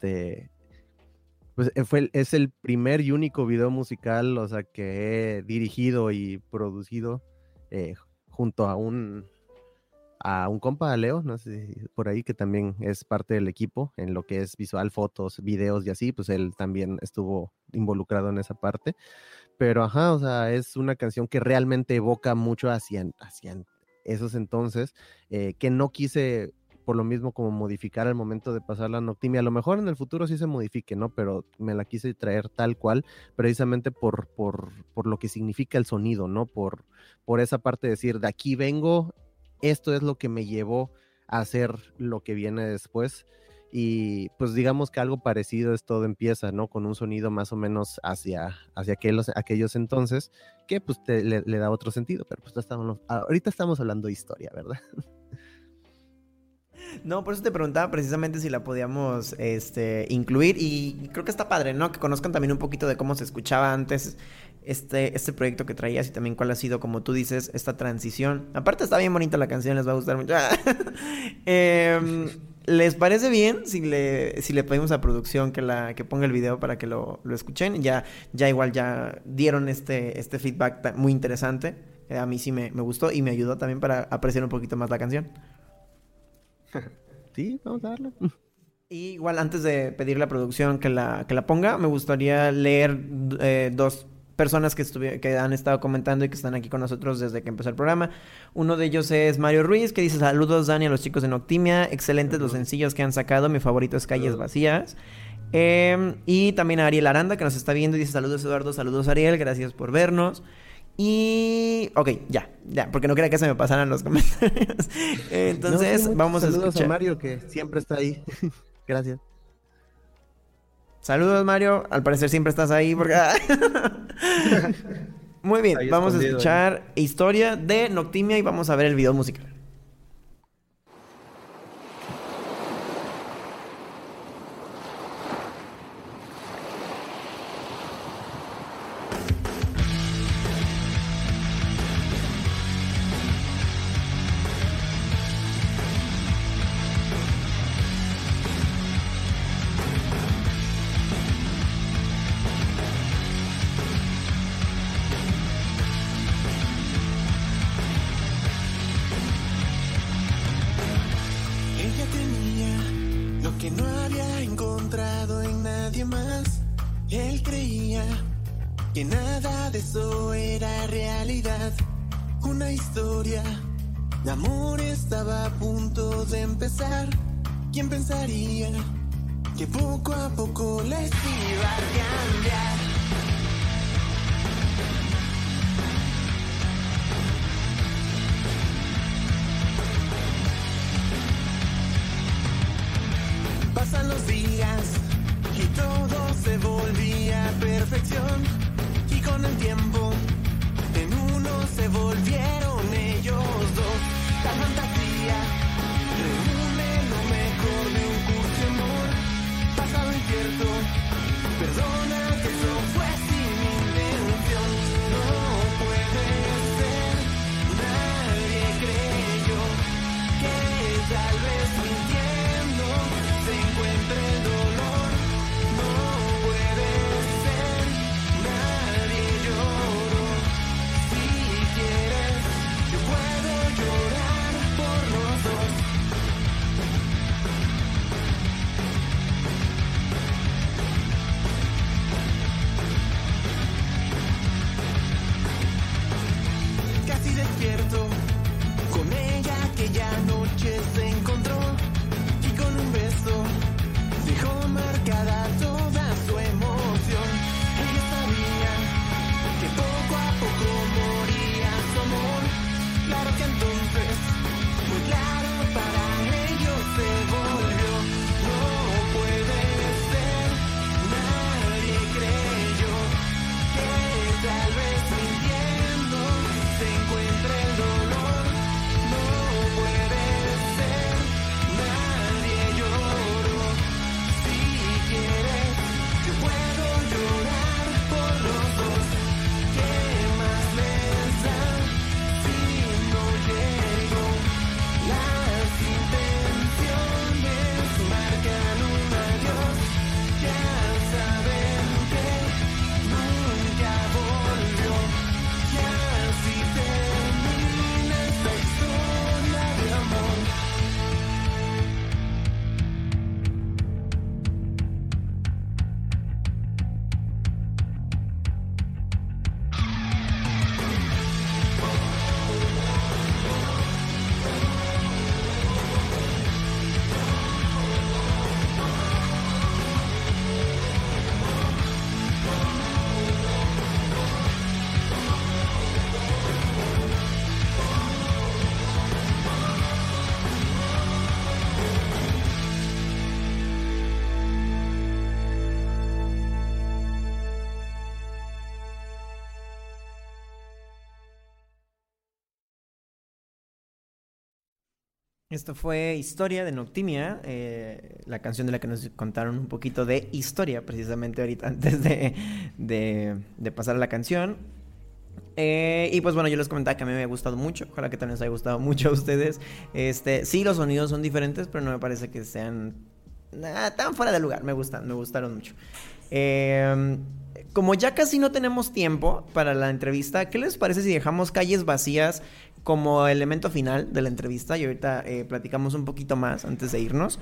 pues es el primer y único video musical, o sea, que he dirigido y producido junto a un compa, Leo, no sé si por ahí, que también es parte del equipo en lo que es visual, fotos, videos y así, pues él también estuvo involucrado en esa parte. Pero ajá, o sea, es una canción que realmente evoca mucho hacia esos entonces, que no quise por lo mismo como modificar al momento de pasar la Noctimia. A lo mejor en el futuro sí se modifique, ¿no? Pero me la quise traer tal cual, precisamente por lo que significa el sonido, ¿no? Por esa parte de decir, de aquí vengo, esto es lo que me llevó a hacer lo que viene después. Y pues digamos que algo parecido es Todo Empieza, ¿no? Con un sonido más o menos hacia aquellos entonces, que pues le da otro sentido, pero pues ahorita estamos hablando de historia, ¿verdad? No, por eso te preguntaba precisamente si la podíamos incluir, y creo que está padre, ¿no? Que conozcan también un poquito de cómo se escuchaba antes este proyecto que traías, y también cuál ha sido, como tú dices, esta transición. Aparte está bien bonita la canción, les va a gustar mucho. ¿Les parece bien si le pedimos a producción que ponga el video para que lo escuchen? Ya igual ya dieron este feedback muy interesante. A mí sí me gustó y me ayudó también para apreciar un poquito más la canción. Sí, vamos a darle. Y igual antes de pedirle a producción que la ponga, me gustaría leer dos personas que han estado comentando y que están aquí con nosotros desde que empezó el programa. Uno de ellos es Mario Ruiz, que dice: saludos Dani, a los chicos de Noctimia, excelentes los sencillos que han sacado, mi favorito es Calles Vacías. Y también a Ariel Aranda, que nos está viendo, y dice: saludos Eduardo, saludos Ariel, gracias por vernos. Y... ok, ya, porque no quería que se me pasaran los comentarios. Entonces, no, vamos a escuchar. Saludos a Mario, que siempre está ahí. Gracias. Saludos, Mario. Al parecer siempre estás ahí porque... Muy bien, vamos a escuchar Historia de Noctimia y vamos a ver el video musical. Que nada de eso era realidad. Una historia de amor estaba a punto de empezar. ¿Quién pensaría que poco a poco les iba a cambiar? Pasan los días y todo se volvía perfección. Y con el tiempo, en uno se volvieron ellos dos. La fantasía reúne lo mejor de un curso de amor. Pasado incierto, perdona que eso fue sin intención. No puede ser, nadie creyó que tal vez mintiendo se encuentre el dolor. No puede ser, nadie lloró. Esto fue Historia de Noctimia, la canción de la que nos contaron un poquito de historia, precisamente ahorita antes de pasar a la canción. Y pues bueno, yo les comentaba que a mí me ha gustado mucho, ojalá que también les haya gustado mucho a ustedes. Sí, los sonidos son diferentes, pero no me parece que sean tan fuera de lugar, me gustaron mucho. Como ya casi no tenemos tiempo para la entrevista, ¿qué les parece si dejamos Calles Vacías como elemento final de la entrevista? Y ahorita platicamos un poquito más antes de irnos.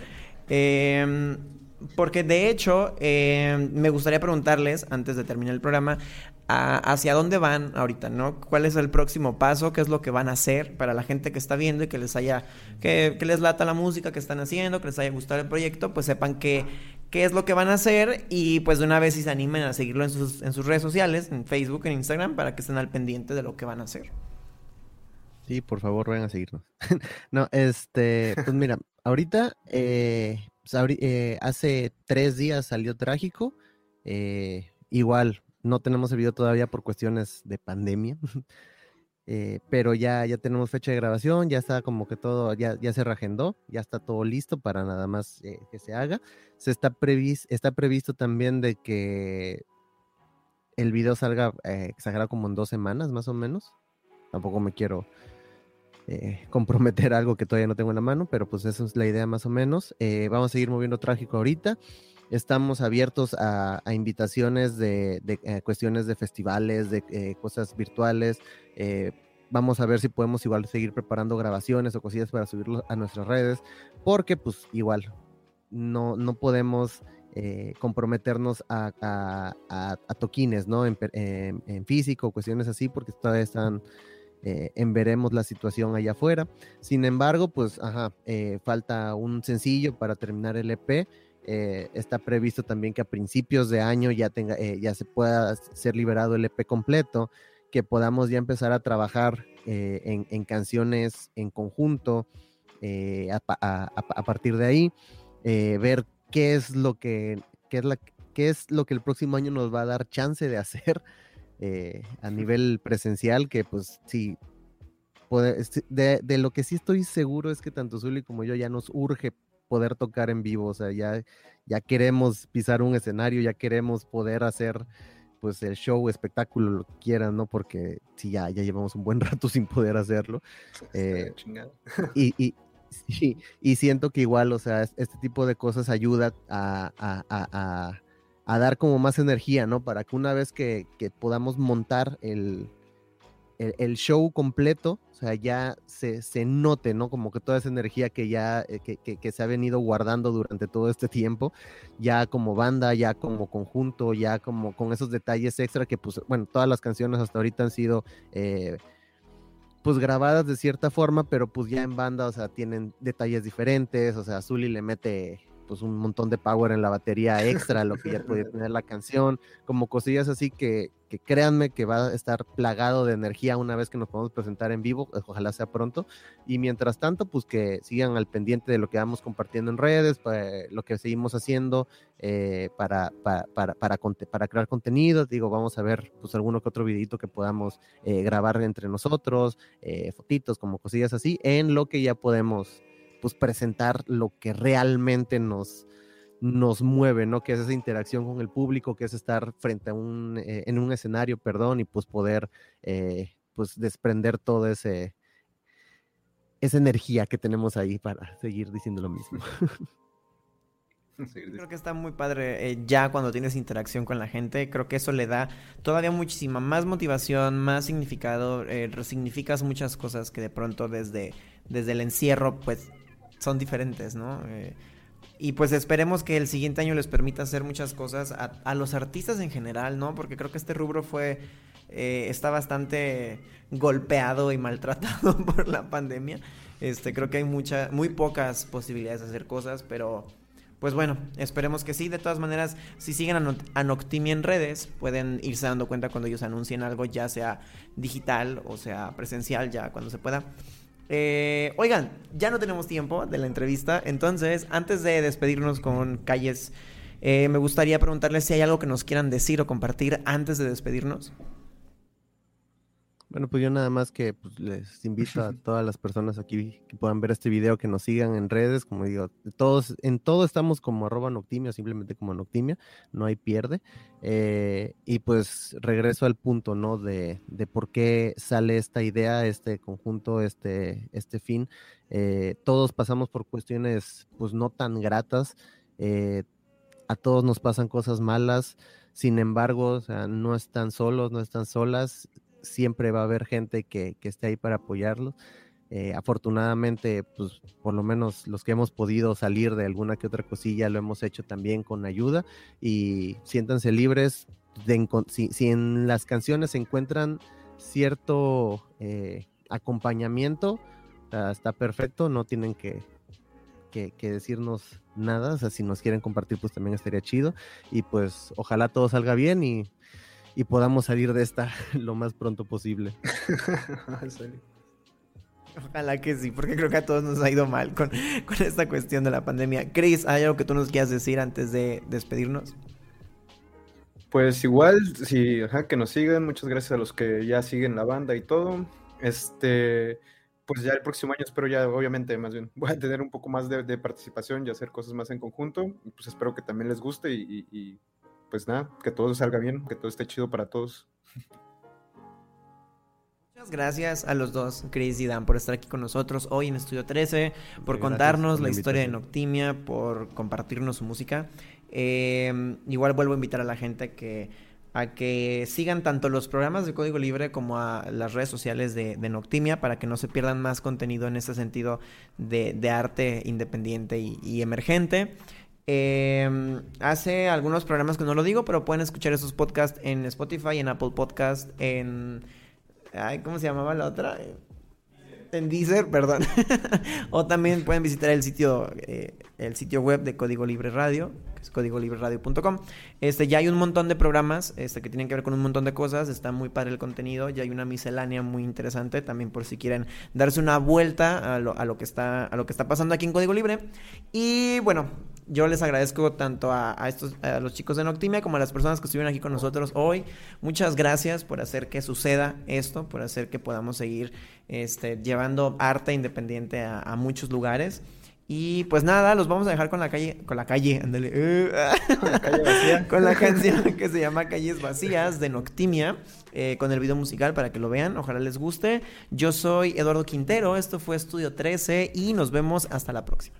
Porque de hecho, me gustaría preguntarles, antes de terminar el programa, hacia dónde van ahorita, ¿no? ¿Cuál es el próximo paso? ¿Qué es lo que van a hacer para la gente que está viendo y que les lata la música que están haciendo, que les haya gustado el proyecto? Pues sepan qué es lo que van a hacer y pues de una vez si se animen a seguirlo en sus redes sociales, en Facebook, en Instagram, para que estén al pendiente de lo que van a hacer. Sí, por favor, vayan a seguirnos. No, pues mira, ahorita, hace 3 días salió Trágico. Igual, no tenemos el video todavía por cuestiones de pandemia. Pero ya tenemos fecha de grabación, ya está como que todo, ya se reagendó, ya está todo listo para nada más que se haga. Está previsto también de que el video salga exagerado como en 2 semanas más o menos. Tampoco me quiero comprometer algo que todavía no tengo en la mano, pero pues esa es la idea más o menos. Vamos a seguir moviendo Trágico ahorita. Estamos abiertos a invitaciones de cuestiones de festivales, de cosas virtuales. Vamos a ver si podemos igual seguir preparando grabaciones o cosillas para subirlo a nuestras redes, porque pues igual no podemos comprometernos a toquines, ¿no? En físico, cuestiones así, porque todavía están en veremos la situación allá afuera. Sin embargo, pues falta un sencillo para terminar el EP. Está previsto también que a principios de año ya se pueda ser liberado el EP completo, que podamos ya empezar a trabajar en canciones en conjunto, a partir de ahí, ver qué es lo que el próximo año nos va a dar chance de hacer a nivel presencial, que pues sí, de lo que sí estoy seguro es que tanto Zuli como yo ya nos urge poder tocar en vivo. O sea, ya queremos pisar un escenario, ya queremos poder hacer pues el show, espectáculo, lo que quieran, ¿no? Porque sí, ya llevamos un buen rato sin poder hacerlo. Y siento que igual, o sea, este tipo de cosas ayuda a dar como más energía, ¿no? Para que una vez que podamos montar el show completo, o sea, ya se note, ¿no? Como que toda esa energía que ya que se ha venido guardando durante todo este tiempo, ya como banda, ya como conjunto, ya como con esos detalles extra que, pues, bueno, todas las canciones hasta ahorita han sido pues grabadas de cierta forma, pero pues ya en banda, o sea, tienen detalles diferentes. O sea, Zuli le mete pues un montón de power en la batería extra, lo que ya podía tener la canción, como cosillas así que créanme que va a estar plagado de energía una vez que nos podamos presentar en vivo, ojalá sea pronto. Y mientras tanto, pues que sigan al pendiente de lo que vamos compartiendo en redes, lo que seguimos haciendo para crear contenido. Digo, vamos a ver pues alguno que otro videito que podamos grabar entre nosotros, fotitos, como cosillas así, en lo que ya podemos pues presentar lo que realmente nos mueve, ¿no? Que es esa interacción con el público, que es estar frente a en un escenario, y pues poder pues desprender toda esa energía que tenemos ahí para seguir diciendo lo mismo. Creo que está muy padre ya cuando tienes interacción con la gente. Creo que eso le da todavía muchísima más motivación, más significado, resignificas muchas cosas que de pronto desde el encierro pues son diferentes, ¿no? Y pues esperemos que el siguiente año les permita hacer muchas cosas a los artistas en general, ¿no? Porque creo que este rubro está bastante golpeado y maltratado por la pandemia. Creo que hay muy pocas posibilidades de hacer cosas, pero pues bueno, esperemos que sí. De todas maneras, si siguen a Noctimia en redes, pueden irse dando cuenta cuando ellos anuncien algo, ya sea digital o sea presencial, ya cuando se pueda. Oigan, ya no tenemos tiempo de la entrevista, entonces antes de despedirnos con Calles, me gustaría preguntarles si hay algo que nos quieran decir o compartir antes de despedirnos. Bueno, pues yo nada más que pues, les invito a todas las personas aquí que puedan ver este video, que nos sigan en redes, como digo, en todo estamos como @Noctimia, simplemente como Noctimia, no hay pierde. Y pues regreso al punto, ¿no? De por qué sale esta idea, este conjunto, este fin. Todos pasamos por cuestiones pues no tan gratas, a todos nos pasan cosas malas, sin embargo, o sea, no están solos, no están solas. Siempre va a haber gente que esté ahí para apoyarlos. Afortunadamente, pues por lo menos los que hemos podido salir de alguna que otra cosilla lo hemos hecho también con ayuda, y siéntanse libres si en las canciones se encuentran cierto acompañamiento, está perfecto, no tienen que decirnos nada, o sea, si nos quieren compartir pues también estaría chido, y pues ojalá todo salga bien y podamos salir de esta lo más pronto posible. Ojalá que sí, porque creo que a todos nos ha ido mal con esta cuestión de la pandemia. Chris, ¿hay algo que tú nos quieras decir antes de despedirnos? Pues igual, sí, que nos sigan. Muchas gracias a los que ya siguen la banda y todo. Pues ya el próximo año espero ya, obviamente, más bien, voy a tener un poco más de participación y hacer cosas más en conjunto. Y pues espero que también les guste y pues nada, que todo salga bien, que todo esté chido para todos. Muchas gracias a los dos, Chris y Dan, por estar aquí con nosotros hoy en Estudio 13, por contarnos por la la historia de invitación. Noctimia, por compartirnos su música. Igual vuelvo a invitar a la gente a que sigan tanto los programas de Código Libre como a las redes sociales de Noctimia, para que no se pierdan más contenido en ese sentido de arte independiente y emergente. Hace algunos programas que no lo digo, pero pueden escuchar esos podcasts en Spotify, en Apple Podcast, ¿cómo se llamaba la otra? En Deezer, perdón. O también pueden visitar el sitio web de Código Libre Radio, que es códigolibreradio.com. Ya hay un montón de programas que tienen que ver con un montón de cosas. Está muy padre el contenido. Ya hay una miscelánea muy interesante también, por si quieren darse una vuelta a lo que está pasando aquí en Código Libre. Y bueno, yo les agradezco tanto a los chicos de Noctimia como a las personas que estuvieron aquí con nosotros hoy. Muchas gracias por hacer que suceda esto, por hacer que podamos seguir llevando arte independiente a muchos lugares. Y pues nada, los vamos a dejar con la calle, ándale, Calle vacía. con la canción que se llama Calles Vacías de Noctimia, con el video musical para que lo vean, ojalá les guste. Yo soy Eduardo Quintero, esto fue Estudio 13 y nos vemos hasta la próxima.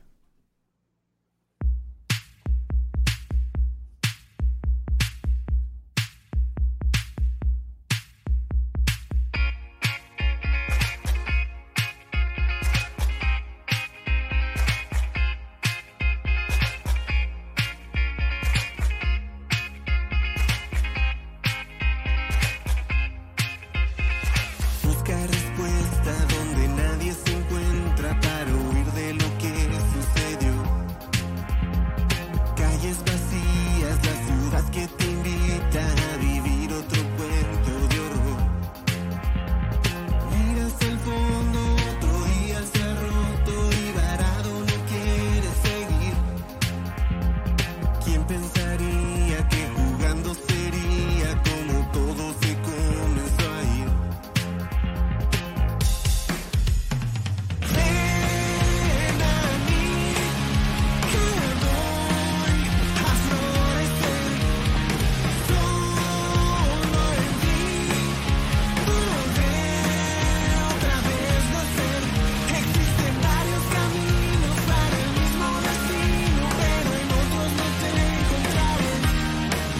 Busca respuesta donde nadie se encuentra para huir de lo que sucedió. Calles vacías, la ciudad que te invita a vivir otro cuento de horror. Miras al fondo, otro día se ha roto y varado no quiere seguir. ¿Quién pensaría que jugando sería como todo se comenzó a ir? Ven a mí, que voy a florecer solo en ti. Volver otra vez nacer. Existen varios caminos para el mismo destino, pero en otros no te encontraré.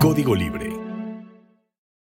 Código Libre.